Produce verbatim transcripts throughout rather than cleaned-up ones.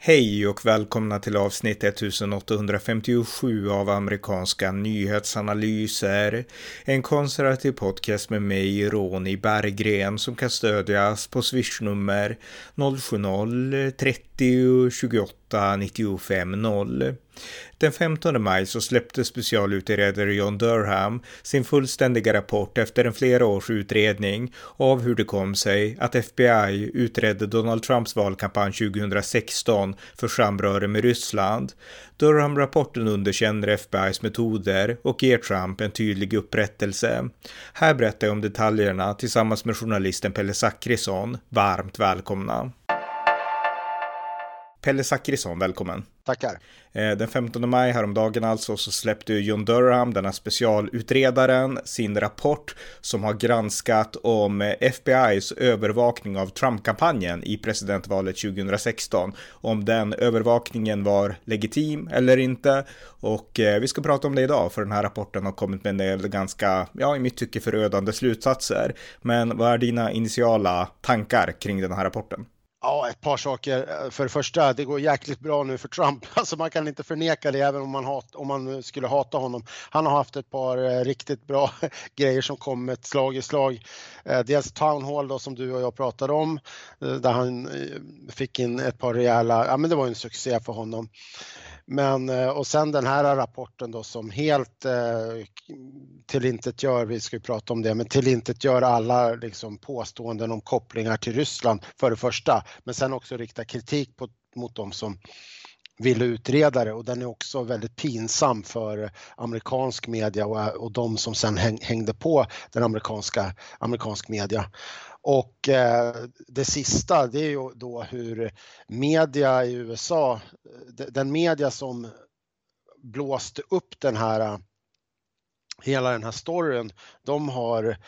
Hej och välkomna till avsnitt ettusenåttahundrafemtiosju av amerikanska nyhetsanalyser. En konservativ podcast med mig, Ronny Berggren, som kan stödjas på swishnummer noll sju noll trettio tjugoåtta nittiofem noll. Den femtonde maj så släppte specialutredare John Durham sin fullständiga rapport efter en flera års utredning av hur det kom sig att F B I utredde Donald Trumps valkampanj tjugohundrasexton för samröre med Ryssland. Durham-rapporten underkänner F B I:s metoder och ger Trump en tydlig upprättelse. Här berättar jag om detaljerna tillsammans med journalisten Pelle Zackrisson. Varmt välkomna. Pelle Zackrisson, välkommen. Tackar. Den femtonde maj häromdagen alltså så släppte John Durham, denna specialutredaren, sin rapport som har granskat om F B I:s övervakning av Trump-kampanjen i presidentvalet tjugohundrasexton. Om den övervakningen var legitim eller inte. Och vi ska prata om det idag, för den här rapporten har kommit med en del ganska, ja i mitt tycke förödande slutsatser. Men vad är dina initiala tankar kring den här rapporten? Ja, ett par saker. För det första, det går jäkligt bra nu för Trump. Alltså man kan inte förneka det även om man, hat, om man skulle hata honom. Han har haft ett par riktigt bra grejer som kommit slag i slag. Dels Town Hall då, som du och jag pratade om. Där han fick in ett par rejäla, ja men det var en succé för honom. Men, och sen den här rapporten då som helt eh, tillintetgör, vi ska ju prata om det, men tillintetgör alla liksom påståenden om kopplingar till Ryssland för det första. Men sen också rikta kritik på, mot dem som vill utreda det, och den är också väldigt pinsam för amerikansk media och, och de som sen häng, hängde på den amerikanska amerikansk media. Och eh, det sista, det är ju då hur media i U S A, den media som blåste upp den här, hela den här storyn, de har,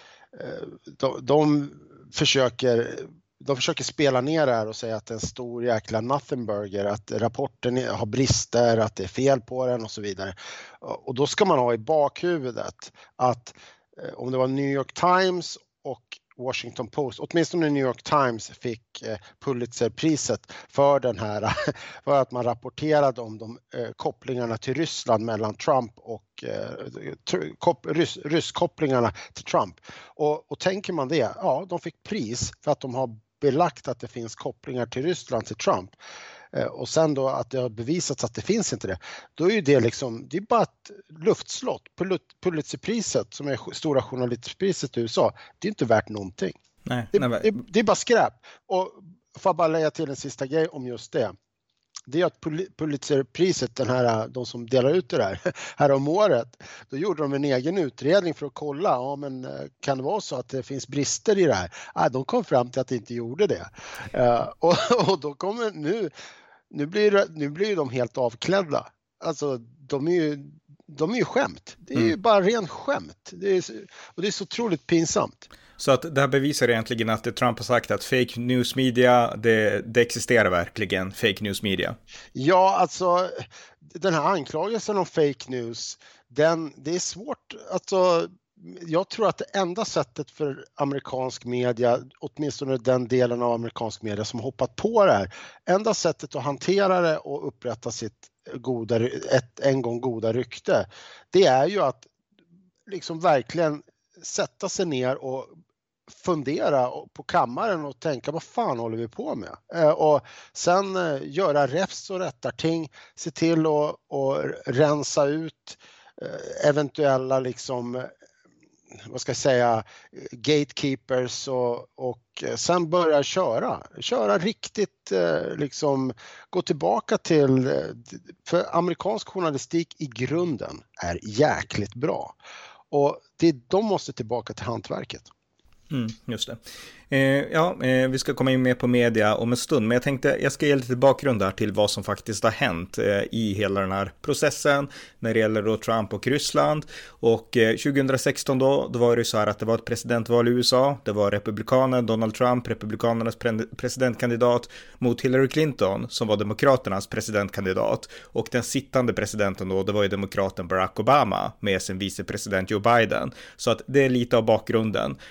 de, de försöker De försöker spela ner det här och säga att det är en stor jäkla nothing burger, att rapporten har brister, att det är fel på den och så vidare. Och då ska man ha i bakhuvudet att om det var New York Times och Washington Post, åtminstone New York Times fick Pulitzerpriset för den här, för att man rapporterade om de eh, kopplingarna till Ryssland mellan Trump och eh, kop, rys, rysskopplingarna till Trump. Och, och tänker man det, ja de fick pris för att de har belagt att det finns kopplingar till Ryssland till Trump. Eh, och sen då att det har bevisats att det finns inte det. Då är ju det liksom, det är bara ett luftslott. Pulitzerpriset som är stora journalistpriset i U S A, det är inte värt någonting. Nej, det, nej, det, det är bara skräp. Och får jag bara lägga till en sista grej om just det. Det är att Pulitzerpriset, den här, de som delar ut det där här om året, då gjorde de en egen utredning för att kolla, ja men kan det vara så att det finns brister i det här? Ja, de kom fram till att det inte gjorde det. Uh, och, och då kommer nu, nu blir, nu blir de helt avklädda. Alltså de är ju, de är ju skämt. Det är mm. ju bara ren skämt. Det är, och det är så otroligt pinsamt. Så att det här bevisar egentligen att Trump har sagt att fake news media, det, det existerar verkligen fake news media. Ja, alltså den här anklagelsen om fake news, den, det är svårt. Alltså, jag tror att det enda sättet för amerikansk media, åtminstone den delen av amerikansk media som hoppat på det här, enda sättet att hantera det och upprätta sitt goda, ett en gång goda rykte, det är ju att liksom verkligen sätta sig ner och fundera på kammaren och tänka vad fan håller vi på med? Eh, och sen eh, göra räfs och rättarting, se till att och rensa ut eh, eventuella liksom, vad ska jag säga, gatekeepers och, och sen börja köra. Köra riktigt, eh, liksom gå tillbaka till, för amerikansk journalistik i grunden är jäkligt bra. Och det, de måste tillbaka till hantverket. Mm, just det. Eh, ja, eh, vi ska komma in mer på media om en stund, men jag tänkte jag ska ge lite bakgrund där till vad som faktiskt har hänt eh, i hela den här processen när det gäller då Trump och Ryssland. Och eh, tjugohundrasexton då, då var det så här att det var ett presidentval i U S A. Det var republikanen Donald Trump, republikanernas pre- presidentkandidat, mot Hillary Clinton som var demokraternas presidentkandidat. Och den sittande presidenten då, det var ju demokraten Barack Obama med sin vicepresident Joe Biden. Så att det är lite av bakgrunden. Sen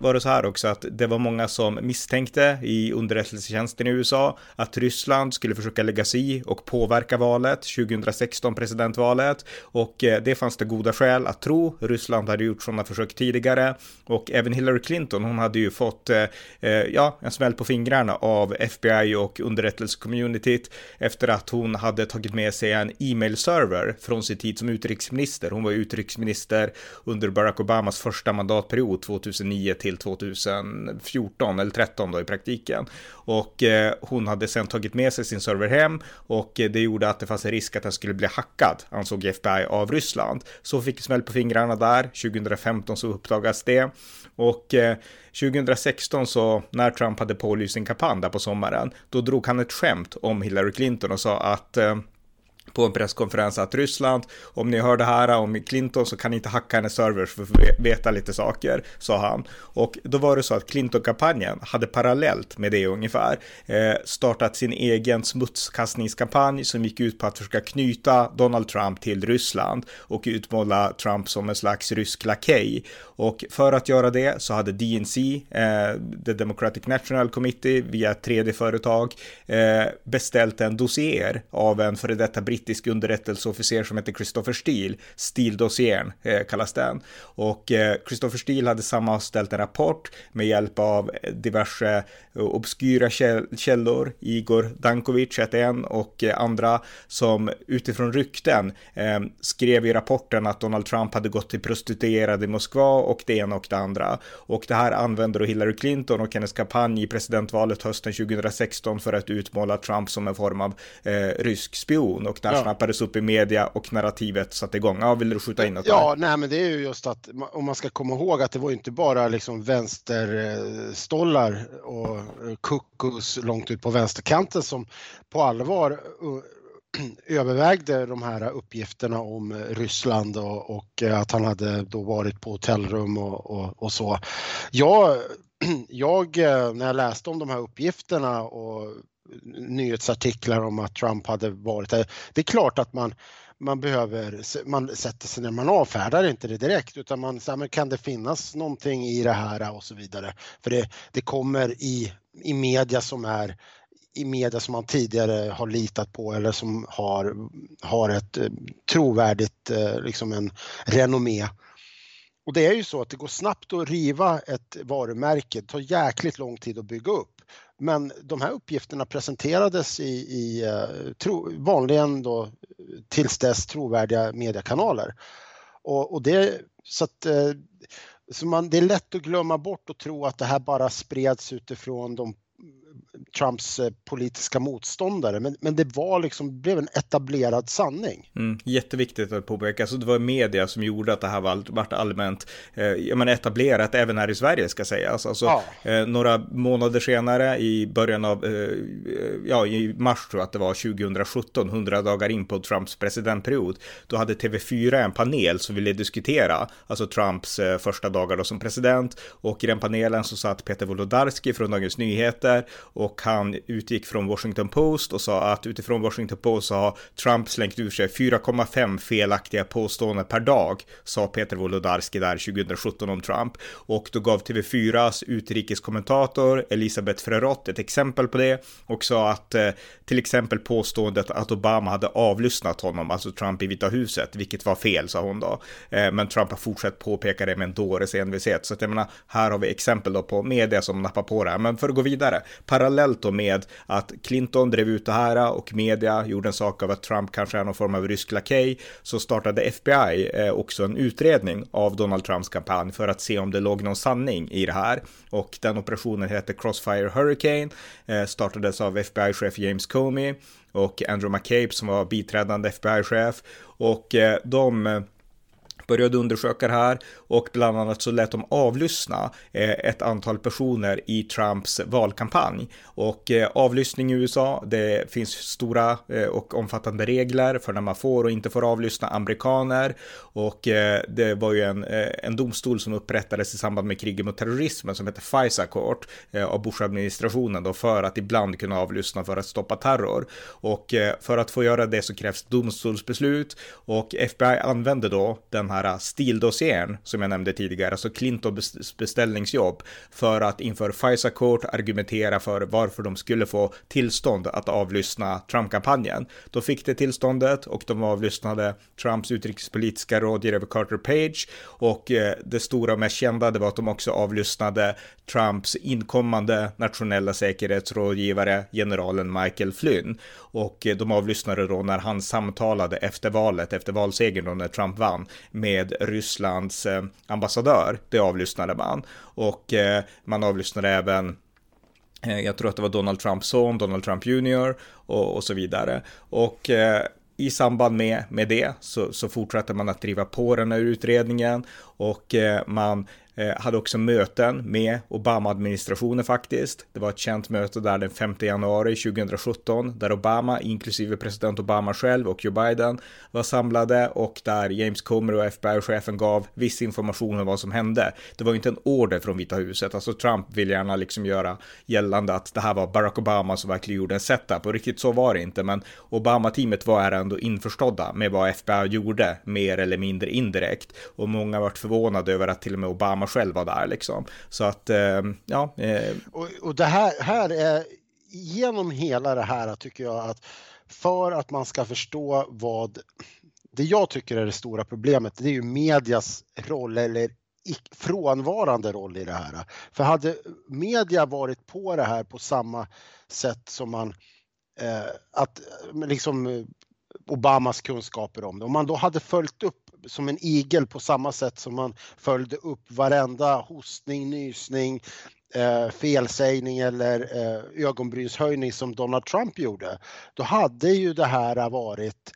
var det så här också att det var många som misstänkte i underrättelsetjänsten i U S A att Ryssland skulle försöka lägga sig i och påverka valet, tjugohundrasexton presidentvalet, och det fanns det goda skäl att tro. Ryssland hade gjort sådana försök tidigare, och även Hillary Clinton, hon hade ju fått eh, ja, en smäll på fingrarna av F B I och underrättelsecommunityt efter att hon hade tagit med sig en e-mail-server från sin tid som utrikesminister. Hon var utrikesminister under Barack Obamas första mandatperiod tjugohundranio till tjugohundrafjorton eller tretton då i praktiken. Och eh, hon hade sedan tagit med sig sin server hem, och eh, det gjorde att det fanns en risk att den skulle bli hackad, ansåg F B I, av Ryssland. Så fick smäll på fingrarna där. tjugohundrafemton så uppdagas det. Och eh, tjugohundrasexton så när Trump hade pålyst sin kampanj där på sommaren, då drog han ett skämt om Hillary Clinton och sa att eh, på en presskonferens att Ryssland, om ni hör det här om Clinton så kan ni inte hacka hennes servers för att veta lite saker, sa han. Och då var det så att Clinton-kampanjen hade parallellt med det ungefär eh, startat sin egen smutskastningskampanj som gick ut på att försöka knyta Donald Trump till Ryssland och utmåla Trump som en slags rysk lakej. Och för att göra det så hade D N C, eh, The Democratic National Committee, via ett tredje företag eh, beställt en dossier av en före detta brittisk underrättelseofficer som heter Christopher Steele. Steele-dossiern eh, kallas den. Och eh, Christopher Steele hade sammanställt en rapport med hjälp av diverse eh, obskyra käll- källor. Igor Dankovic hette en, och eh, andra som utifrån rykten eh, skrev i rapporten att Donald Trump hade gått till prostituerade i Moskva och det ena och det andra. Och det här använder då Hillary Clinton och hennes kampanj i presidentvalet hösten tjugohundrasexton för att utmåla Trump som en form av eh, rysk spion. Och där ja. snappades upp i media och narrativet satte igång. Ja, vill du skjuta in något? Ja, nej, men det är ju just att om man ska komma ihåg att det var inte bara liksom vänsterstollar och kuckus långt ut på vänsterkanten som på allvar övervägde de här uppgifterna om Ryssland och, och att han hade då varit på hotellrum och, och, och så. Jag, jag, när jag läste om de här uppgifterna och nyhetsartiklar om att Trump hade varit där, det är klart att man man behöver, man sätter sig när man avfärdar inte det direkt, utan man säger, men kan det finnas någonting i det här och så vidare. För det, det kommer i, i media som är i media som man tidigare har litat på eller som har, har ett trovärdigt liksom en renommé. Och det är ju så att det går snabbt att riva ett varumärke, det tar jäkligt lång tid att bygga upp. Men de här uppgifterna presenterades i, i tro, vanligen då tills dess trovärdiga mediekanaler. Och, och det, så att, så man, det är lätt att glömma bort och tro att det här bara spreds utifrån de Trumps politiska motståndare, men, men det var liksom, blev en etablerad sanning. Mm, jätteviktigt att påpeka, alltså det var media som gjorde att det här var, var allmänt eh, jag menar, etablerat även här i Sverige ska sägas. Alltså, ja. eh, några månader senare i början av eh, ja, i mars tror jag att det var tjugohundrasjutton, hundra dagar in på Trumps presidentperiod, då hade T V fyra en panel som ville diskutera alltså Trumps eh, första dagar då som president, och i den panelen så satt Peter Wolodarski från Dagens Nyheter. Och han utgick från Washington Post och sa att utifrån Washington Post så har Trump slängt ur sig fyra komma fem felaktiga påståenden per dag, sa Peter Wolodarski där tjugohundrasjutton om Trump. Och då gav T V fyras utrikeskommentator Elisabeth Frerot ett exempel på det och sa att eh, till exempel påståendet att Obama hade avlyssnat honom, alltså Trump i Vita huset, vilket var fel, sa hon då. Eh, men Trump har fortsatt påpeka det med en dåres envishet. Så att jag menar, här har vi exempel då på media som nappar på det här. Men för att gå vidare, parallellt då med att Clinton drev ut det här och media gjorde en sak av att Trump kanske är någon form av rysk lakej, så startade F B I eh, också en utredning av Donald Trumps kampanj för att se om det låg någon sanning i det här. Och den operationen heter Crossfire Hurricane, eh, startades av F B I-chef James Comey och Andrew McCabe som var biträdande F B I-chef, och eh, de började undersöka det här, och bland annat så lät de avlyssna eh, ett antal personer i Trumps valkampanj. Och eh, avlyssning i U S A, det finns stora eh, och omfattande regler för när man får och inte får avlyssna amerikaner, och eh, det var ju en, eh, en domstol som upprättades i samband med kriget mot terrorismen som heter FISA Court eh, av Bush-administrationen då, för att ibland kunna avlyssna för att stoppa terror. Och eh, för att få göra det så krävs domstolsbeslut, och F B I använde då den här här stildossiern som jag nämnde tidigare, alltså Clinton beställningsjobb för att inför FISA-court argumentera för varför de skulle få tillstånd att avlyssna Trump-kampanjen. De fick det tillståndet och de avlyssnade Trumps utrikespolitiska rådgivare Carter Page, och eh, det stora och mest kända det var att de också avlyssnade Trumps inkommande nationella säkerhetsrådgivare generalen Michael Flynn, och eh, de avlyssnade då när han samtalade efter valet, efter valsegern då när Trump vann, med Rysslands eh, ambassadör. Det avlyssnade man, och eh, man avlyssnade även, jag tror att det var Donald Trumps son, Donald Trump junior och, och så vidare. Och eh, i samband med, med det så, så fortsatte man att driva på den här utredningen, och eh, man eh, hade också möten med Obama-administrationen faktiskt. Det var ett känt möte där den femte januari tjugosjutton där Obama, inklusive president Obama själv och Joe Biden, var samlade, och där James Comer och F B I-chefen gav viss information om vad som hände. Det var inte en order från Vita huset, alltså Trump vill gärna liksom göra gällande att det här var Barack Obama som verkligen gjorde en setup, och riktigt så var det inte, men Obama-teamet var ändå införstådda med vad F B I gjorde, mer eller mindre indirekt, och många var förvånade över att till och med Obama själv var där liksom. Så att, eh, ja. Eh. Och, och det här, här är, genom hela det här tycker jag att för att man ska förstå vad, det jag tycker är det stora problemet, det är ju medias roll eller frånvarande roll i det här. För hade media varit på det här på samma sätt som man, eh, att liksom Obamas kunskaper om det, om man då hade följt upp som en igel på samma sätt som man följde upp varenda hostning, nysning, eh, felsägning eller eh, ögonbrynshöjning som Donald Trump gjorde, då hade ju det här varit,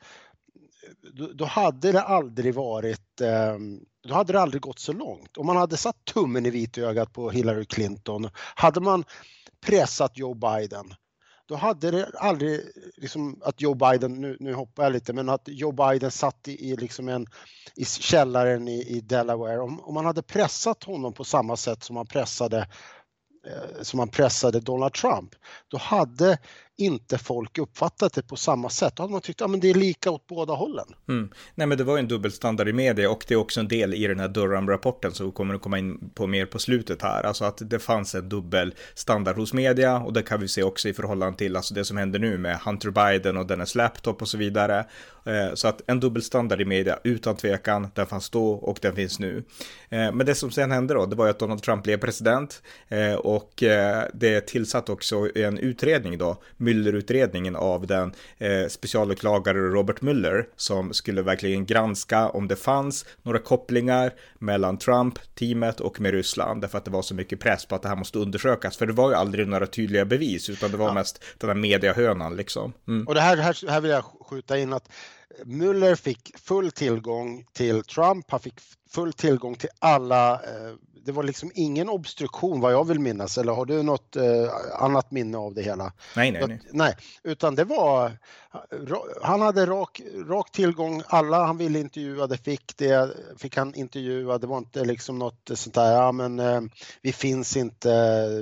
då, då hade det aldrig varit, eh, då hade det aldrig gått så långt. Om man hade satt tummen i vitögat på Hillary Clinton, hade man pressat Joe Biden, då hade det aldrig, liksom att Joe Biden, nu, nu hoppar jag lite, men att Joe Biden satt i, i, liksom en, i källaren i, i Delaware. Om, om man hade pressat honom på samma sätt som man pressade, eh, som man pressade Donald Trump, då hade inte folk uppfattat det på samma sätt. Då hade man tyckt att ja, det är lika åt båda hållen. Mm. Nej, men det var ju en dubbelstandard i media, och det är också en del i den här Durham-rapporten, så vi kommer att komma in på mer på slutet här. Alltså att det fanns en dubbelstandard hos media, och det kan vi se också i förhållande till alltså det som händer nu med Hunter Biden och dennes laptop och så vidare. Så att en dubbelstandard i media, utan tvekan, den fanns då och den finns nu. Men det som sen hände då, det var ju att Donald Trump blev president, och det tillsatt också en utredning då, Mueller-utredningen av den eh, specialåklagare Robert Mueller, som skulle verkligen granska om det fanns några kopplingar mellan Trump-teamet och med Ryssland, därför att det var så mycket press på att det här måste undersökas, för det var ju aldrig några tydliga bevis, utan det var ja. mest den här mediahönan liksom. Mm. Och det här, här, här vill jag skjuta in att Mueller fick full tillgång till Trump, han fick full tillgång till alla, eh, det var liksom ingen obstruktion vad jag vill minnas, eller har du något eh, annat minne av det hela? Nej, nej, nej. nej utan det var, han hade rak, rak tillgång, alla han ville intervjua, det fick det, fick han intervjua, det var inte liksom något sånt där, ja men eh, vi finns inte,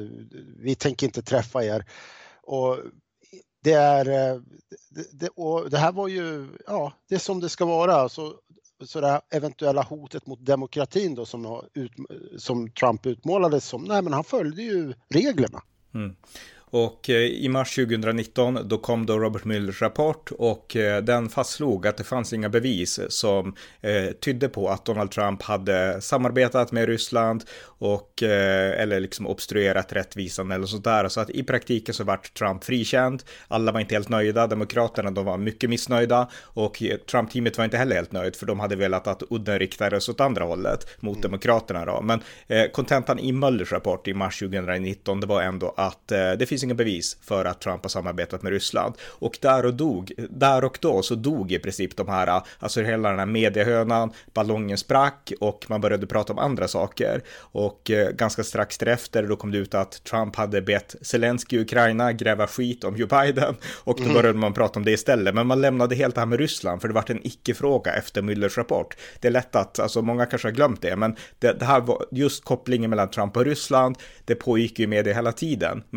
vi tänker inte träffa er. Och det är, det, det, och det här var ju, ja, det är som det ska vara, så så det eventuella hotet mot demokratin då som, ut, som Trump utmålades som, nej men han följde ju reglerna. Mm. Och i mars tjugonitton då kom då Robert Muellers rapport, och den fastslog att det fanns inga bevis som eh, tydde på att Donald Trump hade samarbetat med Ryssland och eh, eller liksom obstruerat rättvisan eller sånt där. Så att i praktiken så vart Trump frikänd. Alla var inte helt nöjda. Demokraterna, de var mycket missnöjda, och Trump-teamet var inte heller helt nöjd, för de hade velat att udden riktades åt andra hållet mot mm. demokraterna då. Men kontentan eh, i Muellers rapport i mars tjugonitton, det var ändå att eh, det finns inga bevis för att Trump har samarbetat med Ryssland. Och där och dog, där och då så dog i princip de här, alltså hela den här mediehönan, ballongen sprack och man började prata om andra saker. Och eh, ganska strax därefter då kom det ut att Trump hade bett Zelensky i Ukraina gräva skit om Joe Biden, och då mm. började man prata om det istället. Men man lämnade helt det här med Ryssland, för det var en icke-fråga efter Muellers rapport. Det är lätt att, alltså många kanske har glömt det, men det, det här var just kopplingen mellan Trump och Ryssland, det pågick ju med det hela tiden mellan mm.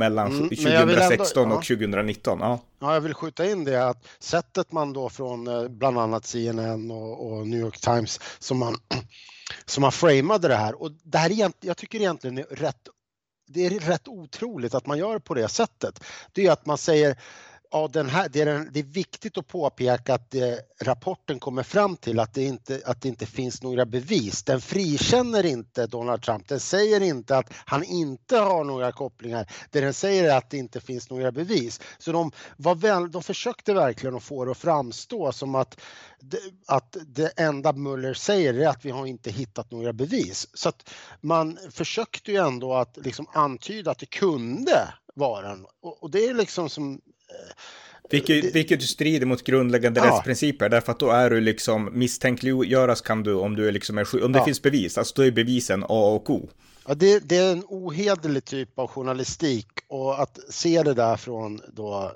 tjugohundrasexton ändå, och tjugohundranitton. Ja. Ja, jag vill skjuta in det att sättet man då från bland annat C N N och, och New York Times som man, som man framade det här. Och det här är, jag tycker egentligen är rätt, det är rätt otroligt att man gör på det sättet. Det är att man säger ja, den här, det, är en, det är viktigt att påpeka att det, rapporten kommer fram till att det, inte, att det inte finns några bevis. Den frikänner inte Donald Trump. Den säger inte att han inte har några kopplingar. Det den säger är att det inte finns några bevis. Så de, var väl, de försökte verkligen att få det att framstå som att det, att det enda Mueller säger är att vi har inte hittat några bevis. Så att man försökte ju ändå att liksom antyda att det kunde vara en, och, och det är liksom som Vilket, vilket strider mot grundläggande ja. rättsprinciper, därför att då är du liksom misstänkliggöras kan du om du är liksom är, om det ja. finns bevis, alltså då är bevisen A och O. Ja, det, det är en ohederlig typ av journalistik, och att se det där från då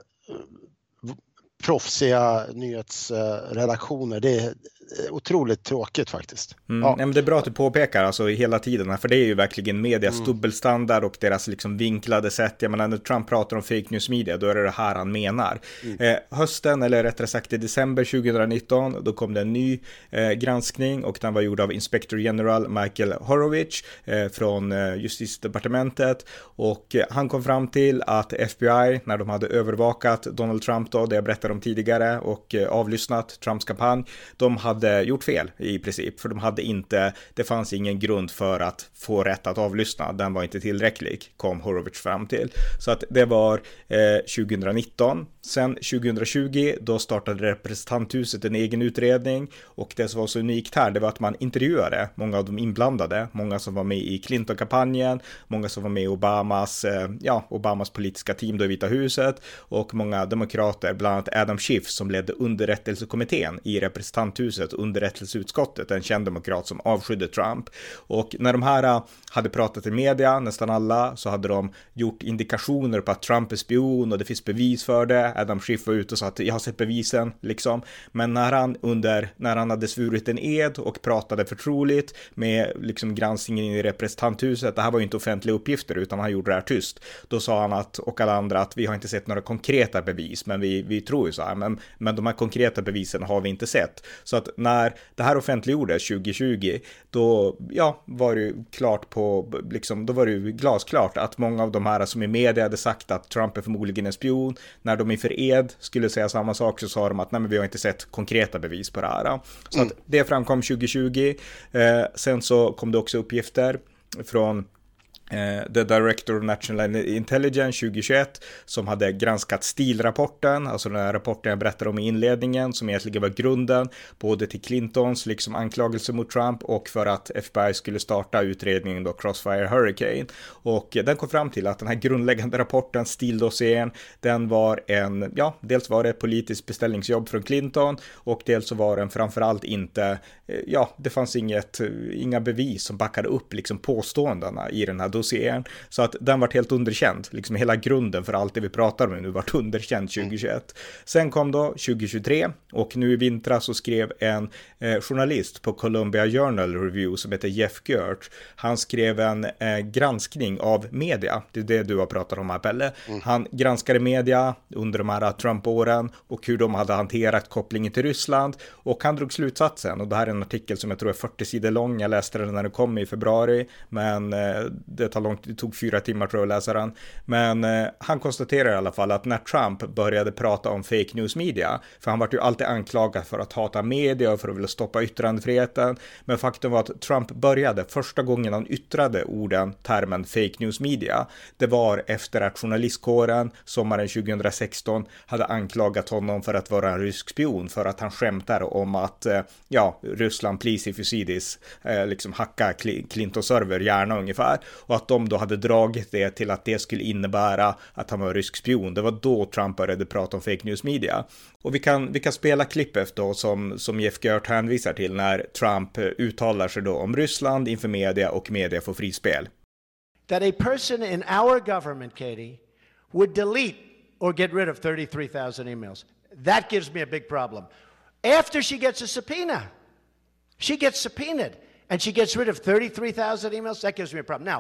proffsiga nyhetsredaktioner, det är otroligt tråkigt faktiskt. Mm, ja. men det är bra att du påpekar alltså hela tiden, för det är ju verkligen medias mm. dubbelstandard och deras liksom vinklade sätt. Jag menar, när Trump pratar om fake news media, då är det det här han menar. Mm. Eh, hösten, eller rättare sagt i december tjugohundranitton, då kom det en ny eh, granskning, och den var gjord av Inspector General Michael Horowitz eh, från eh, justitiedepartementet, och eh, han kom fram till att F B I, när de hade övervakat Donald Trump då, det jag berättade om tidigare, och eh, avlyssnat Trumps kampanj, de hade hade gjort fel i princip, för de hade inte, det fanns ingen grund för att få rätt att avlyssna, den var inte tillräcklig, kom Horowitz fram till. Så att det var eh, tjugohundranitton. Sen tjugohundratjugo, då startade representanthuset en egen utredning, och det som var så unikt här, det var att man intervjuade många av de inblandade, många som var med i Clinton-kampanjen, många som var med i Obamas, eh, ja, Obamas politiska team då i Vita huset, och många demokrater, bland annat Adam Schiff som ledde underrättelsekommittén i representanthuset, underrättelseutskottet, en känd demokrat som avskydde Trump. Och när de här hade pratat i media, nästan alla, så hade de gjort indikationer på att Trump är spion, och det finns bevis för det. Adam Schiff var ute och sa att jag har sett bevisen, liksom. Men när han under, när han hade svurit en ed och pratade förtroligt med liksom granskningen i representanthuset, det här var ju inte offentliga uppgifter utan han gjorde det här tyst, då sa han att, och alla andra, att vi har inte sett några konkreta bevis, men vi, vi tror ju så här, men, men de här konkreta bevisen har vi inte sett. Så att när det här offentliggjordes tjugohundratjugo, då ja, var det ju klart på, liksom, då var det ju glasklart att många av de här som i media hade sagt att Trump är förmodligen en spion, när de inför ed skulle säga samma sak, så sa de att nej, men vi har inte sett konkreta bevis på det här. Så mm. att det framkom tjugohundratjugo. Eh, sen så kom det också uppgifter från Uh, The Director of National Intelligence tjugohundratjugoett, som hade granskat Steele-rapporten, alltså den här rapporten jag berättade om i inledningen, som egentligen var grunden både till Clintons liksom anklagelse mot Trump och för att F B I skulle starta utredningen då Crossfire Hurricane. Och uh, den kom fram till att den här grundläggande rapporten, Steele-dossieren, den var en, ja, dels var det ett politiskt beställningsjobb från Clinton, och dels så var den framförallt inte, uh, ja, det fanns inget, inga bevis som backade upp liksom påståendena i den här dossieren, så att den var helt underkänd, liksom hela grunden för allt det vi pratar om nu var underkänd tjugohundratjugoett. Sen kom då tjugohundratjugotre, och nu i vintras så skrev en eh, journalist på Columbia Journal Review som heter Jeff Gertz, han skrev en eh, granskning av media, det är det du har pratat om här, Pelle. Mm. Han granskade media under de här Trump-åren och hur de hade hanterat kopplingen till Ryssland, och han drog slutsatsen, och det här är en artikel som jag tror är fyrtio sidor lång, jag läste den när den kom i februari, men eh, det tar långt, det tog fyra timmar tror jag att läsa den. Men eh, han konstaterar i alla fall att när Trump började prata om fake news media, för han var ju alltid anklagad för att hata media och för att vilja stoppa yttrandefriheten, men faktum var att Trump började, första gången han yttrade orden, termen fake news media, det var efter att journalistkåren sommaren tjugohundrasexton hade anklagat honom för att vara en rysk spion, för att han skämtar om att eh, ja, Ryssland, please if you see this, eh, liksom hacka Clinton-server gärna ungefär, och att de då hade dragit det till att det skulle innebära att han var rysk spion. Det var då Trump började prata om fake news media. Och vi kan, vi kan spela klippet då som, som Jeff Gertz hänvisar till när Trump uttalar sig då om Ryssland inför media och media får frispel. That a person in our government, Katie, would delete or get rid of thirty-three thousand emails. That gives me a big problem. After she gets a subpoena, she gets subpoenaed. And she gets rid of thirty-three thousand emails. That gives me a problem. Now,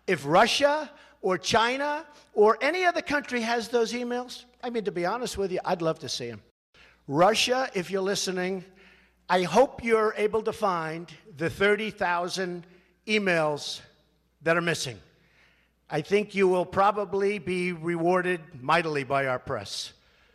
If Russia or China or any other country has those emails, I mean, to be honest with you, I'd love to see them. Russia, if you're listening, I hope you're able to find the thirty thousand emails that are missing. I think you will probably be rewarded mightily by our press.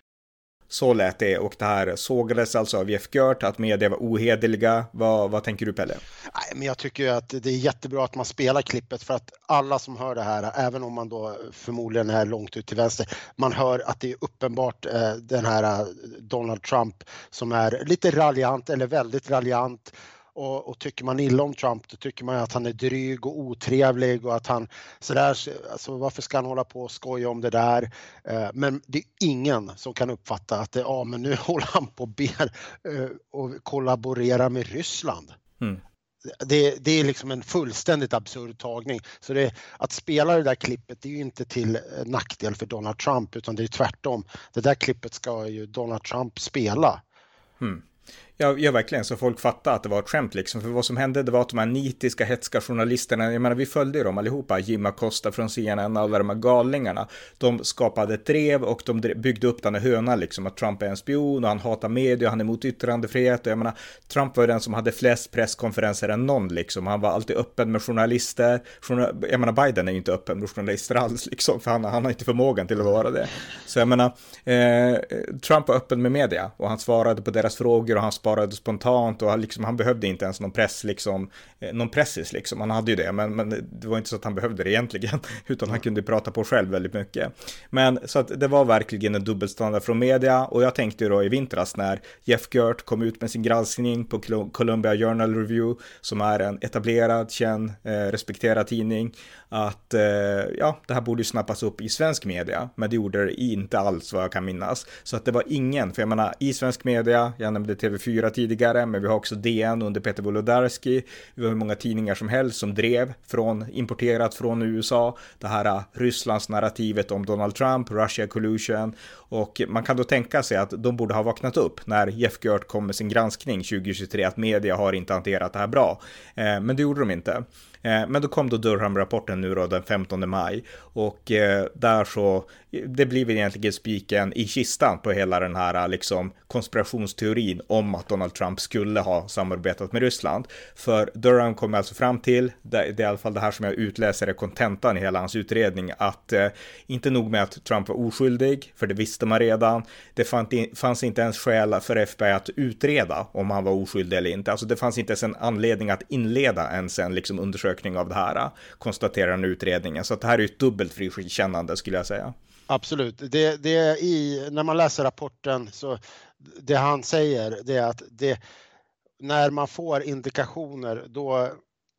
Så lät det, och det här sågades alltså av Jeff Gert att media var ohederliga. Vad, vad tänker du, Pelle? Nej, men jag tycker ju att det är jättebra att man spelar klippet, för att alla som hör det här, även om man då förmodligen är långt ut till vänster, man hör att det är uppenbart eh, den här eh, Donald Trump som är lite raljant eller väldigt raljant. Och, och tycker man illa om Trump, då tycker man att han är dryg och otrevlig och att han sådär, alltså varför ska han hålla på och skoja om det där? Eh, men det är ingen som kan uppfatta att det, ja, men nu håller han på och ber eh, och kollaborerar med Ryssland. Mm. Det, det är liksom en fullständigt absurd tagning. Så det, att spela det där klippet, det är ju inte till nackdel för Donald Trump, utan det är tvärtom. Det där klippet ska ju Donald Trump spela. Mm. Ja, ja, verkligen. Så folk fattade att det var ett skämt liksom. För vad som hände, det var att de här nitiska, hetska journalisterna, jag menar, vi följde dem allihopa, Jim Acosta från C N N, alla de här galningarna. De skapade ett drev och de byggde upp den här hönan liksom, att Trump är en spion och han hatar media, han är emot yttrandefrihet. Och jag menar, Trump var den som hade flest presskonferenser än någon liksom. Han var alltid öppen med journalister. Journal- jag menar, Biden är ju inte öppen med journalister alls liksom, för han, han har inte förmågan till att vara det. Så jag menar, eh, Trump var öppen med media och han svarade på deras frågor och han sparade spontant och liksom, han behövde inte ens någon press liksom, någon pressis liksom, han hade ju det, men, men det var inte så att han behövde det egentligen, utan han kunde prata på själv väldigt mycket. Men så att det var verkligen en dubbelstandard från media, och jag tänkte ju då i vintras när Jeff Gert kom ut med sin granskning på Columbia Journal Review, som är en etablerad, känd, eh, respekterad tidning, att eh, ja, det här borde ju snappas upp i svensk media, men det gjorde det inte alls vad jag kan minnas. Så att det var ingen, för jag menar, i svensk media, jag nämnde T V fyra tidigare, men vi har också D N under Peter Wolodarski, vi har hur många tidningar som helst som drev från, importerat från U S A, det här Rysslands narrativet om Donald Trump, Russia collusion, och man kan då tänka sig att de borde ha vaknat upp när Jeff Gert kom med sin granskning tjugo tjugotre, att media har inte hanterat det här bra, eh, men det gjorde de inte. Men då kom då Durham-rapporten nu då den femtonde maj, och eh, där så, det blir väl egentligen spiken i kistan på hela den här liksom konspirationsteorin om att Donald Trump skulle ha samarbetat med Ryssland. För Durham kom alltså fram till, det, det är i alla fall det här som jag utläser är kontentan i hela hans utredning, att eh, inte nog med att Trump var oskyldig, för det visste man redan, det fanns, fanns inte ens skäl för F B I att utreda om han var oskyldig eller inte. Alltså det fanns inte ens en anledning att inleda ens en liksom undersökning av det här, konstaterar den utredningen. Så att det här är ju ett dubbelt frikännande, skulle jag säga. Absolut. Det, det är i, när man läser rapporten, så det han säger, det är att det, när man får indikationer, då,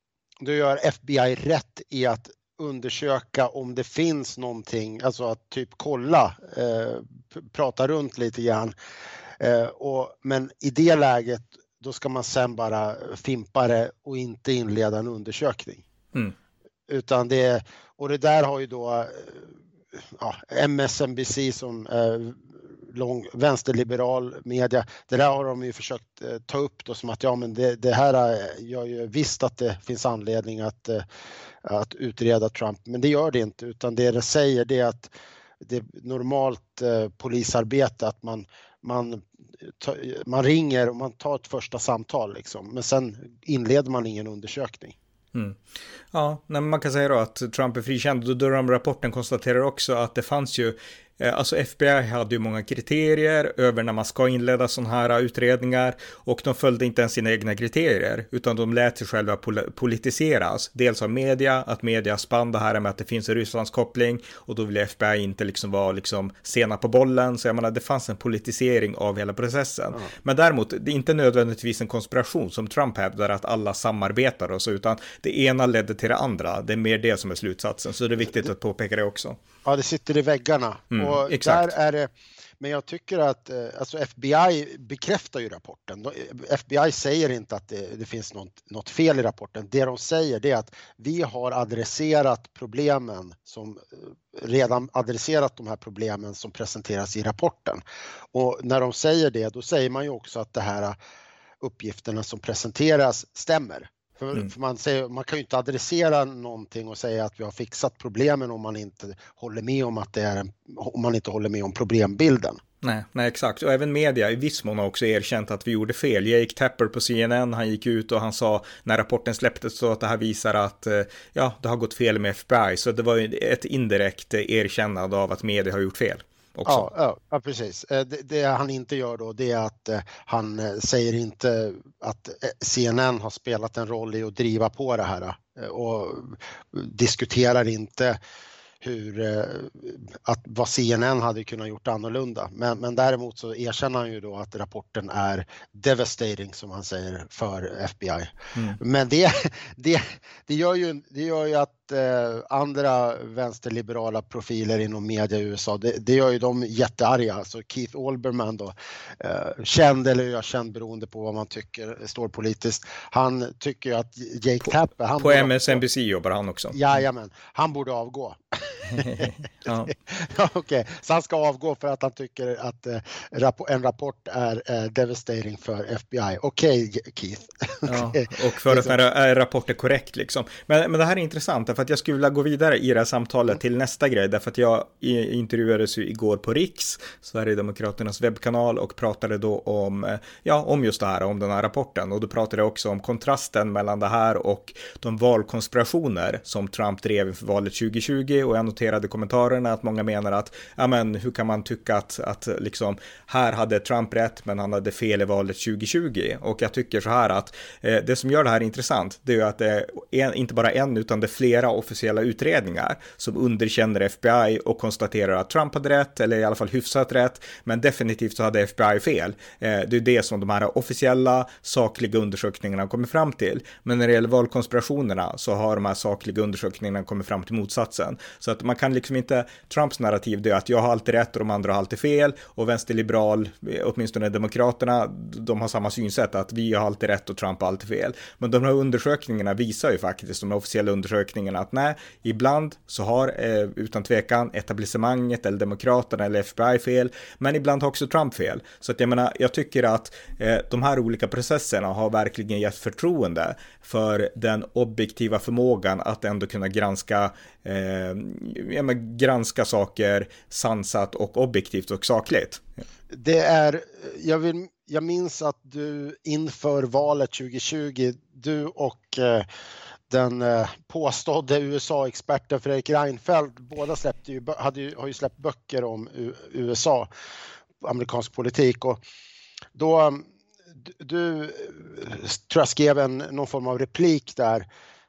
då gör F B I rätt i att undersöka om det finns någonting, alltså att typ kolla, eh, prata runt lite grann. Eh, och, men i det läget, då ska man sen bara fimpa det och inte inleda en undersökning. Mm. Utan det, och det där har ju då ja, M S N B C som eh, lång, vänsterliberal media, det där har de ju försökt eh, ta upp då, som att ja, men det, det här gör ju visst att det finns anledning att, eh, att utreda Trump, men det gör det inte, utan det det säger, det är att det är normalt eh, polisarbete, att man Man, man ringer och man tar ett första samtal liksom, men sen inleder man ingen undersökning. Mm. Ja, men man kan säga då att Trump är frikänd, och Durham-rapporten konstaterar också att det fanns ju, alltså F B I hade ju många kriterier över när man ska inleda sådana här utredningar, och de följde inte ens sina egna kriterier, utan de lät sig själva pol- politiseras. Dels av media, att media spann det här med att det finns en Rysslands koppling, och då vill F B I inte liksom vara liksom sena på bollen. Så jag menar, det fanns en politisering av hela processen. Mm. Men däremot, det är inte nödvändigtvis en konspiration som Trump hävdar, att alla samarbetar och så, utan det ena ledde till det andra. Det är mer det som är slutsatsen, så det är viktigt att påpeka det också. Ja, det sitter i väggarna. Mm, och exakt. Där är det, men jag tycker att alltså F B I bekräftar ju rapporten. F B I säger inte att det, det finns något, något fel i rapporten. Det de säger, det är att vi har adresserat problemen som redan adresserat de här problemen som presenteras i rapporten. Och när de säger det, då säger man ju också att det här uppgifterna som presenteras stämmer. För, Mm. för man, säger, man kan ju inte adressera någonting och säga att vi har fixat problemen om man inte håller med om att det är en, om man inte håller med om problembilden. Nej, nej, exakt. Och även media i viss mån har också erkänt att vi gjorde fel. Jake Tapper på C N N, han gick ut och han sa när rapporten släpptes så att det här visar att ja, det har gått fel med F B I. Så det var ju ett indirekt erkännande av att media har gjort fel. Ja, ja, ja, precis. Det, det han inte gör då, det är att eh, han säger inte att C N N har spelat en roll i att driva på det här eh, och diskuterar inte hur, eh, att vad C N N hade kunnat gjort annorlunda. Men, men däremot så erkänner han ju då att rapporten är devastating, som han säger, för F B I. Mm. Men det, det, det, gör ju, det gör ju att eh, andra vänsterliberala profiler inom media i U S A, det, det gör ju dem jättearga. Alltså Keith Olbermann då, eh, känd eller jag känd beroende på vad man tycker står politiskt. Han tycker ju att Jake Tapper... Han på M S N B C jobbar han också. Jajamän, han borde avgå. Ja. Ja, okej. Okay. Så han ska avgå för att han tycker att eh, en rapport är eh, devastating för F B I. Okej, okay, Keith. Ja, och för att en rapport är korrekt liksom. Men, men det här är intressant, för att jag skulle vilja gå vidare i det här samtalet mm. till nästa grej, därför att jag intervjuades ju igår på Riks, Sverigedemokraternas webbkanal, och pratade då om, ja, om just det här, om den här rapporten, och då pratade jag också om kontrasten mellan det här och de valkonspirationer som Trump drev inför valet tjugo tjugo, och jag noterade kommentarerna att många menar att, ja men hur kan man tycka att, att liksom, här hade Trump rätt men han hade fel i valet tjugo tjugo, och jag tycker så här att eh, det som gör det här intressant, det är ju att det är inte bara en utan det är flera officiella utredningar som underkänner F B I och konstaterar att Trump hade rätt, eller i alla fall hyfsat rätt, men definitivt så hade F B I fel. Eh, det är det som de här officiella sakliga undersökningarna kommer fram till, men när det gäller valkonspirationerna så har de här sakliga undersökningarna kommit fram till motsatsen. Så att man kan liksom inte, Trumps narrativ det är att jag har alltid rätt och de andra har alltid fel, och vänsterliberal, åtminstone demokraterna, de har samma synsätt att vi har alltid rätt och Trump har alltid fel. Men de här undersökningarna visar ju faktiskt, de officiella undersökningarna, att nej, ibland så har eh, utan tvekan etablissemanget eller demokraterna eller F B I fel, men ibland har också Trump fel. Så att jag menar, jag tycker att eh, de här olika processerna har verkligen gett förtroende för den objektiva förmågan att ändå kunna granska eh, ja, men granska saker sansat och objektivt och sakligt. Det är, jag, vill, jag minns att du inför valet tjugo tjugo, du och eh, den eh, påstådde U S A-experten Fredrik Reinfeldt, båda släppte ju, hade ju, har ju släppt böcker om U- USA, amerikansk politik, och då du, du tror jag skrev en, någon form av replik där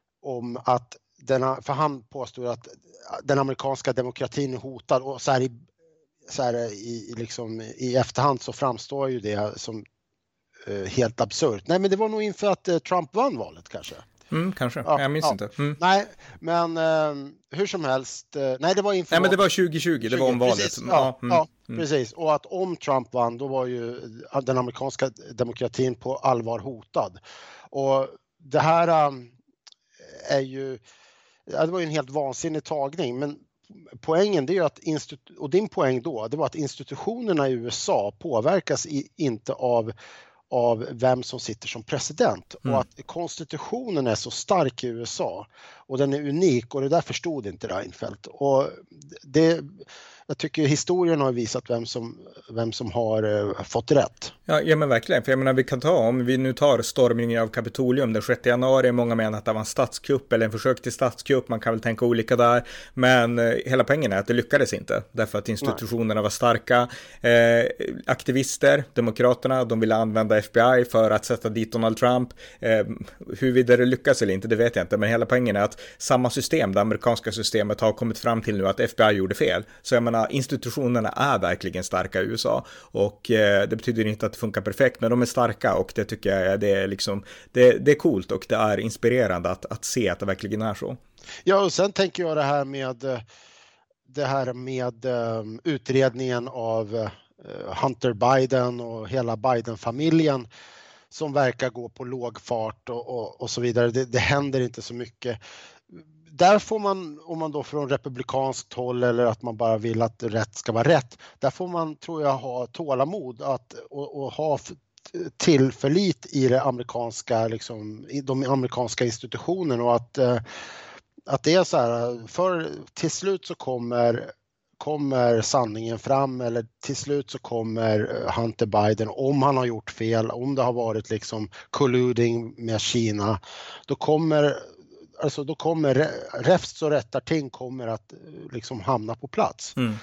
om att denna, för han påstod att den amerikanska demokratin är hotad, och så här i, så här i, liksom, i efterhand så framstår ju det som uh, helt absurt. Nej, men det var nog inför att uh, Trump vann valet kanske. Mm, kanske, ja, jag minns ja. inte. Mm. Nej, men uh, hur som helst, uh, nej det var inför... Nej, men det var tjugo tjugo, det var om valet. Precis, ja, mm, ja mm. precis. Och att om Trump vann, då var ju den amerikanska demokratin på allvar hotad. Och det här um, är ju... Ja, det var ju en helt vansinnig tagning, men poängen det är ju att institu- och din poäng då, det var att institutionerna i U S A påverkas i, inte av av vem som sitter som president, mm. och att konstitutionen är så stark i U S A och den är unik, och det där förstod inte Reinfeldt. Och det, jag tycker historien har visat vem som, vem som har uh, fått rätt. Ja, ja, men verkligen. För jag menar, vi kan ta, om vi nu tar stormningen av Kapitolium den sjätte januari, många menar att det var en statskupp eller en försök till statskupp, man kan väl tänka olika där, men eh, hela poängen är att det lyckades inte, därför att institutionerna Nej. var starka. Eh, aktivister, demokraterna, de ville använda F B I för att sätta dit Donald Trump. Eh, huruvida det lyckas eller inte, det vet jag inte, men hela poängen är att samma system, det amerikanska systemet, har kommit fram till nu att F B I gjorde fel. Så jag menar, institutionerna är verkligen starka i U S A, och eh, det betyder inte att det funkar perfekt, men de är starka, och det tycker jag det är liksom, det, det är coolt och det är inspirerande att, att se att det verkligen är så. Ja, och sen tänker jag det här med det här med um, utredningen av uh, Hunter Biden och hela Biden-familjen som verkar gå på låg fart och, och, och så vidare. Det, det händer inte så mycket. Där får man, om man då från republikanskt håll, eller att man bara vill att rätt ska vara rätt, där får man, tror jag, ha tålamod att, och, och ha tillförlit i det amerikanska, liksom, i de amerikanska institutionerna, och att, att det är så här, för till slut så kommer kommer sanningen fram, eller till slut så kommer Hunter Biden, om han har gjort fel, om det har varit liksom colluding med Kina, då kommer alltså då kommer räfst och rättarting kommer att liksom hamna på plats. Mm.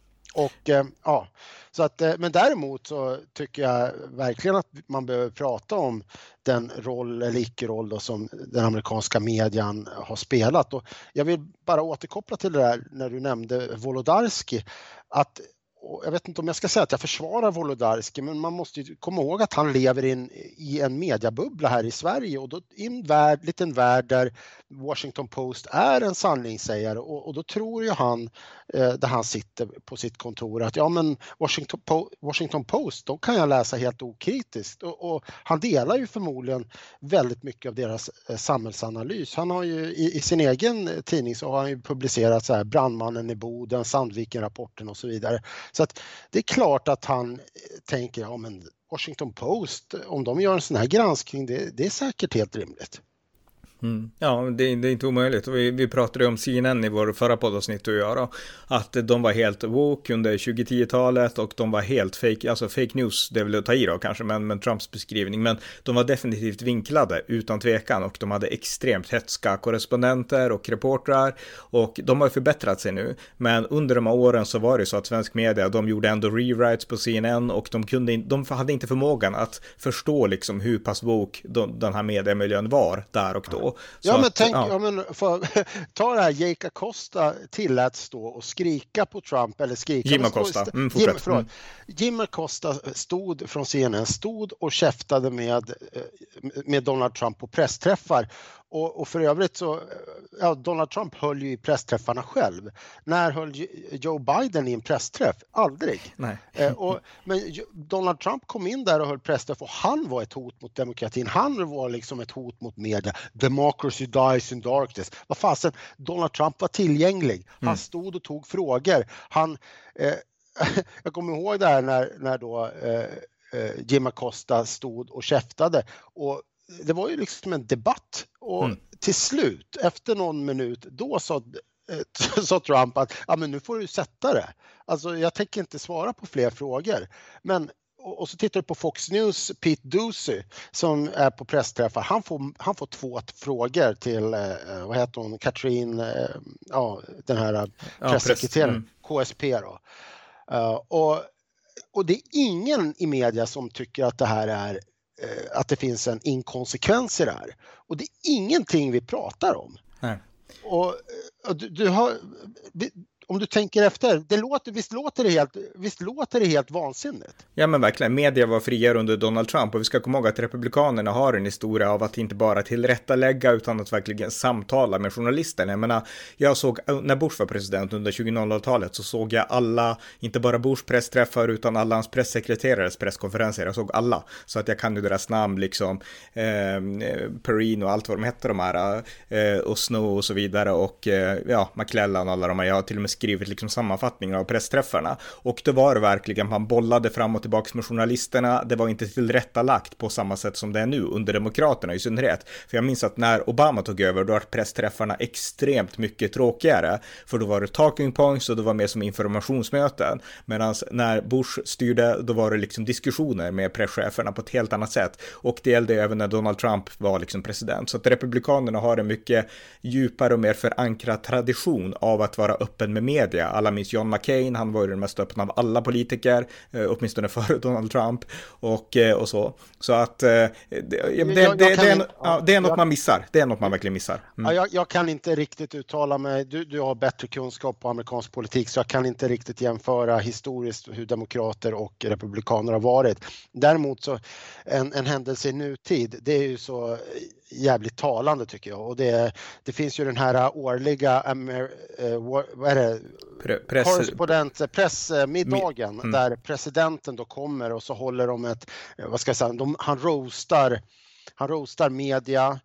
Och ja, så att, men däremot så tycker jag verkligen att man behöver prata om den roll eller icke-roll då som den amerikanska median har spelat. Och jag vill bara återkoppla till det där när du nämnde Wolodarski, att jag vet inte om jag ska säga att jag försvarar Wolodarski, men man måste ju komma ihåg att han lever in i en mediabubbla här i Sverige, och då i en värld, liten värld där Washington Post är en sanningssägare, och, och då tror ju han eh, där han sitter på sitt kontor att ja, men Washington, po- Washington Post, då kan jag läsa helt okritiskt, och, och han delar ju förmodligen väldigt mycket av deras eh, samhällsanalys. Han har ju i, i sin egen tidning så har han ju publicerat så här Brandmannen i Boden, Sandviken-rapporten och så vidare. Så att det är klart att han tänker, ja men Washington Post, om de gör en sån här granskning, det, det är säkert helt rimligt. Mm. Ja, det, det är inte omöjligt. Vi, vi pratade om C N N i vår förra poddavsnitt och göra att de var helt woke under tjugo-tio-talet, och de var helt fake, alltså fake news, det är väl att ta i då kanske, men, men Trumps beskrivning, men de var definitivt vinklade utan tvekan, och de hade extremt hetska korrespondenter och reportrar, och de har förbättrat sig nu, men under de här åren så var det så att svensk media, de gjorde ändå rewrites på C N N, och de, kunde, de hade inte förmågan att förstå liksom hur pass woke de, den här mediemiljön var där och då. Så ja, men att, tänk, ja. Ja, men för, ta det här, Jake Acosta tillät stå och skrika på Trump, eller skrika. Jim Acosta. Mm, Jim, förlåt. Jim Acosta stod från C N N, stod och käftade med, med Donald Trump på pressträffar. Och, och för övrigt så, ja, Donald Trump höll ju i pressträffarna själv. När höll Joe Biden i en pressträff? Aldrig. Nej. Eh, och, men Donald Trump kom in där och höll pressträff, och han var ett hot mot demokratin. Han var liksom ett hot mot media. Democracy dies in darkness. Vad fasen, Donald Trump var tillgänglig. Han mm. stod och tog frågor. Han, eh, jag kommer ihåg det här när, när då eh, Jim Acosta stod och käftade, och det var ju liksom en debatt, och mm. till slut efter någon minut då sa, sa Trump att ja, men nu får du sätta det. Alltså jag tänker inte svara på fler frågor. Men och, och så tittar du på Fox News, Pete Ducey som är på pressträffar. Han får, han får två frågor till eh, vad heter hon, Katrin, eh, ja den här pressekreteraren, ja, press. mm. K S P då. Uh, och, och det är ingen i media som tycker att det här är att det finns en inkonsekvens i det här. Och det är ingenting vi pratar om. Nej. Och, och du, du har, om du tänker efter, det låter, visst, låter det helt, visst låter det helt vansinnigt? Ja men verkligen, media var friare under Donald Trump, och vi ska komma ihåg att republikanerna har en historia av att inte bara tillrättalägga utan att verkligen samtala med journalisterna. Jag menar, jag såg, när Bush var president under tjugohundratalet så såg jag alla, inte bara Bush pressträffar utan alla hans pressekreterares presskonferenser, jag såg alla, så att jag kan ju deras namn liksom, eh, Perrine och allt vad de hette de här, eh, och Snow och så vidare, och eh, ja, McClellan och alla de här, jag har till och med skrivit liksom sammanfattningar av pressträffarna, och det var verkligen, man bollade fram och tillbaka med journalisterna, det var inte tillrättalagt på samma sätt som det är nu under demokraterna i synnerhet, för jag minns att när Obama tog över då var pressträffarna extremt mycket tråkigare, för då var det talking points och det var mer som informationsmöten, medan när Bush styrde då var det liksom diskussioner med presscheferna på ett helt annat sätt, och det gällde även när Donald Trump var liksom president, så att republikanerna har en mycket djupare och mer förankrad tradition av att vara öppen med media. Alla minns John McCain, han var ju den mest öppna av alla politiker, eh, åtminstone före Donald Trump, och, eh, och så. Så att eh, det, det, jag, det, jag det, det, är, ja, det är något jag, man missar. Det är något man verkligen missar. Mm. Ja, jag, jag kan inte riktigt uttala mig. Du, du har bättre kunskap på amerikansk politik, så jag kan inte riktigt jämföra historiskt hur demokrater och republikaner har varit. Däremot så en, en händelse i nutid, det är ju så jävligt talande tycker jag, och det, det finns ju den här årliga Amer, eh, vad är det? Press, korrespondent pressmiddagen mm. där presidenten då kommer och så håller de ett, vad ska jag säga, de, han roastar han roastar media,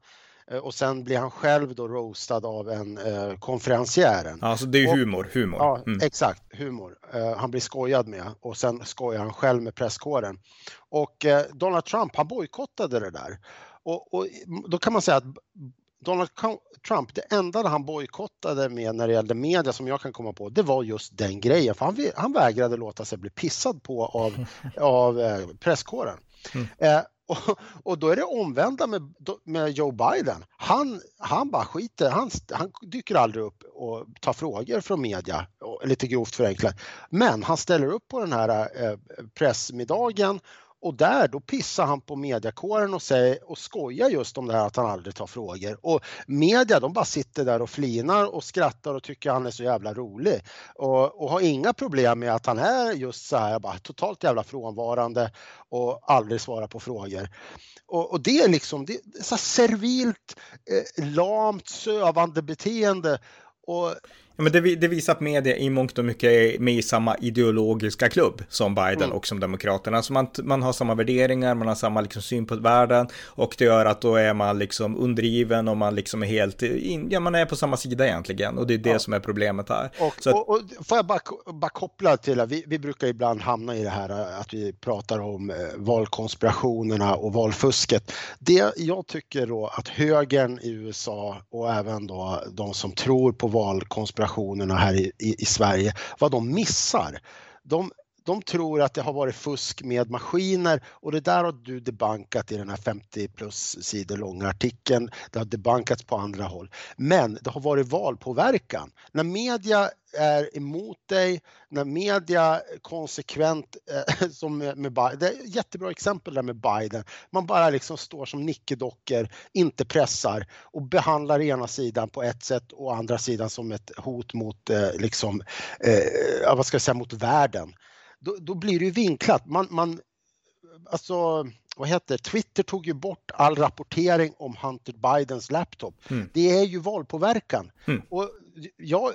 och sen blir han själv då roastad av en eh, konferenciären. Alltså det är ju humor, humor. Ja, mm. exakt, humor. Eh, han blir skojad med och sen skojar han själv med presskåren. Och eh, Donald Trump, han bojkottade det där. Och, och då kan man säga att Donald Trump, det enda han bojkottade med när det gällde media som jag kan komma på, det var just den grejen. För han, han vägrade låta sig bli pissad på av, av eh, presskåren. Mm. Eh, och, och då är det omvända med, med Joe Biden. Han, han bara skiter, han, han dyker aldrig upp och tar frågor från media, lite grovt förenklat. Men han ställer upp på den här eh, pressmiddagen. Och där då pissar han på mediakåren och, säger, och skojar just om det här att han aldrig tar frågor. Och media, de bara sitter där och flinar och skrattar och tycker han är så jävla rolig. Och, och har inga problem med att han är just så här bara totalt jävla frånvarande och aldrig svarar på frågor. Och, och det är liksom det är så här servilt, eh, lamt, sövande beteende. Och ja, men det, det visar att media i mångt och mycket är med i samma ideologiska klubb som Biden mm. och som Demokraterna. Så man, man har samma värderingar, man har samma liksom syn på världen och det gör att då är man liksom undergiven och man liksom är helt, in, ja man är på samma sida egentligen och det är det ja. som är problemet här. Och, så att, och, och får jag bara, bara koppla till att vi, vi brukar ibland hamna i det här att vi pratar om eh, valkonspirationerna och valfusket. Det jag tycker då att högern i U S A och även då de som tror på valkonspirationerna här i, i, i Sverige, vad de missar. De, de tror att det har varit fusk med maskiner och det där har du debankat i den här femtio plus sidor långa artikeln. Det har debankats på andra håll. Men det har varit valpåverkan. När media är emot dig, när media konsekvent, eh, som med, med Biden, det är ett jättebra exempel där med Biden, man bara liksom står som nickedockor, inte pressar och behandlar ena sidan på ett sätt och andra sidan som ett hot mot, eh, liksom, eh, vad ska jag säga, mot världen. Då, då blir det ju vinklat. Man, man, alltså, vad heter det? Twitter tog ju bort all rapportering om Hunter Bidens laptop. Mm. Det är ju valpåverkan. Mm. Och jag,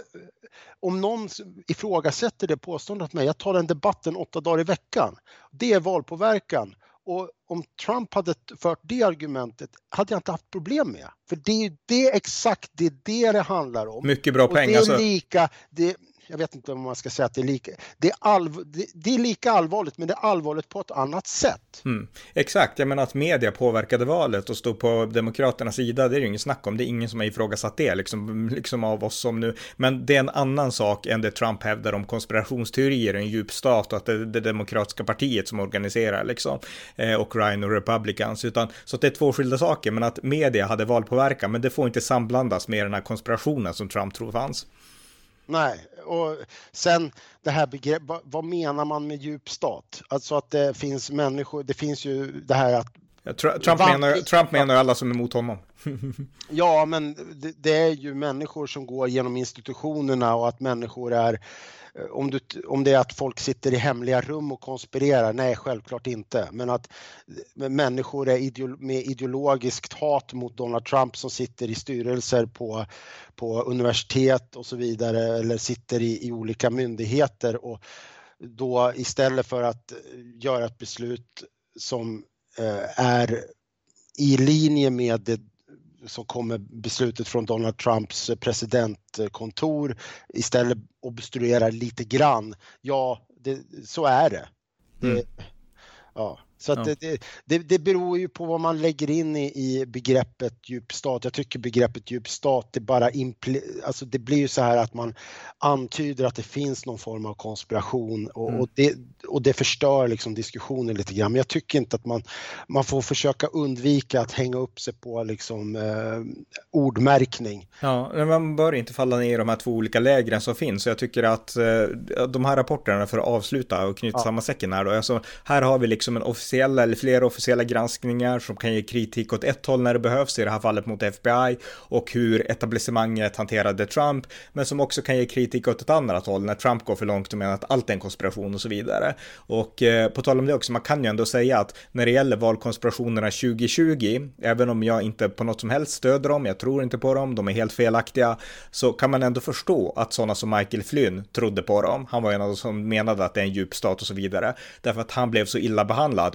om någon ifrågasätter det påståendet att mig, jag tar den debatten åtta dagar i veckan. Det är valpåverkan. Och om Trump hade fört det argumentet hade jag inte haft problem med. För det är det exakt det, är det det handlar om. Mycket bra poäng. Och det är alltså lika... Det, jag vet inte om man ska säga att det är lika, det är, allv, det, det är lika allvarligt, men det är allvarligt på ett annat sätt. Mm. Exakt, jag menar att media påverkade valet och stod på Demokraternas sida, det är ju ingen snack om, det är ingen som har ifrågasatt det liksom, liksom av oss som nu, men det är en annan sak än det Trump hävdar om konspirationsteorier, en djup stat och att det är det demokratiska partiet som organiserar liksom, eh, och Ryan och Republicans, utan så att det är två skilda saker, men att media hade valpåverkan, men det får inte samblandas med den här konspirationen som Trump tror fanns. Nej, och sen det här begrepp, vad, vad menar man med djup stat? Alltså att det finns människor, det finns ju det här att... Ja, Trump, menar, Trump menar alla som är emot honom. Ja, men det, det är ju människor som går genom institutionerna och att människor är... Om, du, om det är att folk sitter i hemliga rum och konspirerar, nej självklart inte. Men att människor är ideolo- med ideologiskt hat mot Donald Trump som sitter i styrelser på, på universitet och så vidare eller sitter i, i olika myndigheter och då istället för att göra ett beslut som eh, är i linje med det som kommer beslutet från Donald Trumps presidentkontor istället obstruerar lite grann. Ja, det, så är det. det mm. Ja, så att ja. det, det, det beror ju på vad man lägger in i, i begreppet djup stat. Jag tycker begreppet djup stat, det bara impl- alltså det blir ju så här att man antyder att det finns någon form av konspiration och, mm. och, det, och det förstör liksom diskussionen lite grann. Men jag tycker inte att man, man får försöka undvika att hänga upp sig på liksom, eh, ordmärkning. Ja, men man bör inte falla ner i de här två olika lägren som finns. Så jag tycker att eh, de här rapporterna, för att avsluta och knyta ja. samma säcken här då, alltså, här har vi liksom en officiella eller flera officiella granskningar som kan ge kritik åt ett håll när det behövs, i det här fallet mot F B I och hur etablissemanget hanterade Trump, men som också kan ge kritik åt ett annat håll när Trump går för långt och menar att allt är en konspiration och så vidare. Och eh, på tal om det också, man kan ju ändå säga att när det gäller valkonspirationerna tjugo tjugo, även om jag inte på något som helst stöder dem, jag tror inte på dem, de är helt felaktiga, så kan man ändå förstå att sådana som Michael Flynn trodde på dem. Han var en av de som menade att det är en djup stat och så vidare, därför att han blev så illa behandlad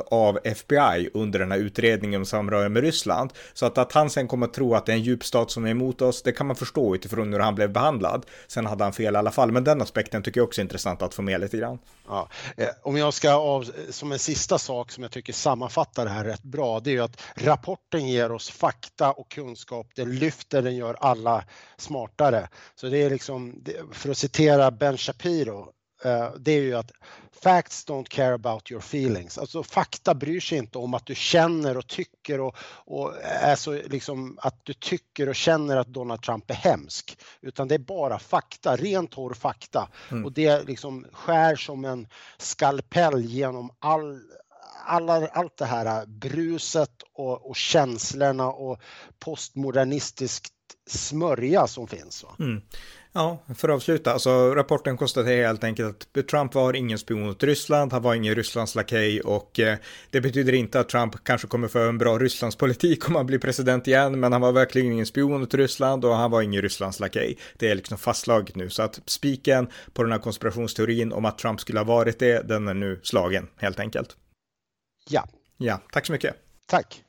av F B I under den här utredningen om samröre med Ryssland. Så att, att han sen kommer att tro att det är en djupstat som är emot oss, det kan man förstå utifrån hur han blev behandlad. Sen hade han fel i alla fall, men den aspekten tycker jag också är intressant att få med lite grann. Ja, om jag ska av, som en sista sak som jag tycker sammanfattar det här rätt bra, det är ju att rapporten ger oss fakta och kunskap, den lyfter, den gör alla smartare. Så det är liksom, för att citera Ben Shapiro, det är ju att facts don't care about your feelings. Alltså fakta bryr sig inte om att du känner och tycker och, och är så liksom att du tycker och känner att Donald Trump är hemsk, utan det är bara fakta, rent torr fakta. Mm. Och det liksom skär som en skalpell genom all Alla, allt det här bruset och, och känslorna och postmodernistiskt smörja som finns. Va? Mm. Ja, för att avsluta, alltså rapporten konstaterar helt enkelt att Trump var ingen spion mot Ryssland, han var ingen Rysslands lakej, och eh, det betyder inte att Trump kanske kommer för en bra Rysslandspolitik om han blir president igen, men han var verkligen ingen spion mot Ryssland och han var ingen Rysslands lakej. Det är liksom fastslaget nu, så att spiken på den här konspirationsteorin om att Trump skulle ha varit det, den är nu slagen helt enkelt. Ja. Ja, tack så mycket. Tack.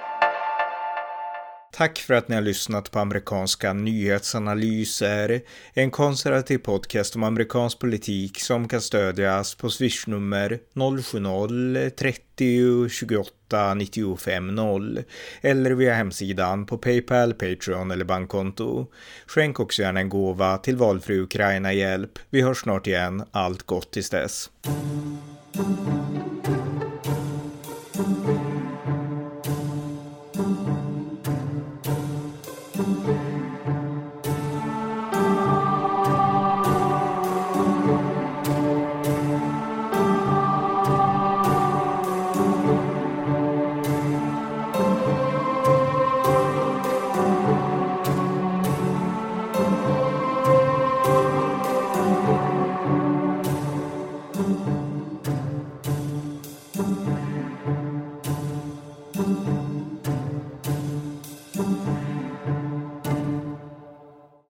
Tack för att ni har lyssnat på amerikanska nyhetsanalyser, en konservativ podcast om amerikansk politik som kan stödjas på swishnummer noll sju noll trettio tjugoåtta nittiofem noll eller via hemsidan på PayPal, Patreon eller bankkonto. Skänk också gärna en gåva till valfri Ukraina-hjälp. Vi hörs snart igen. Allt gott tills dess.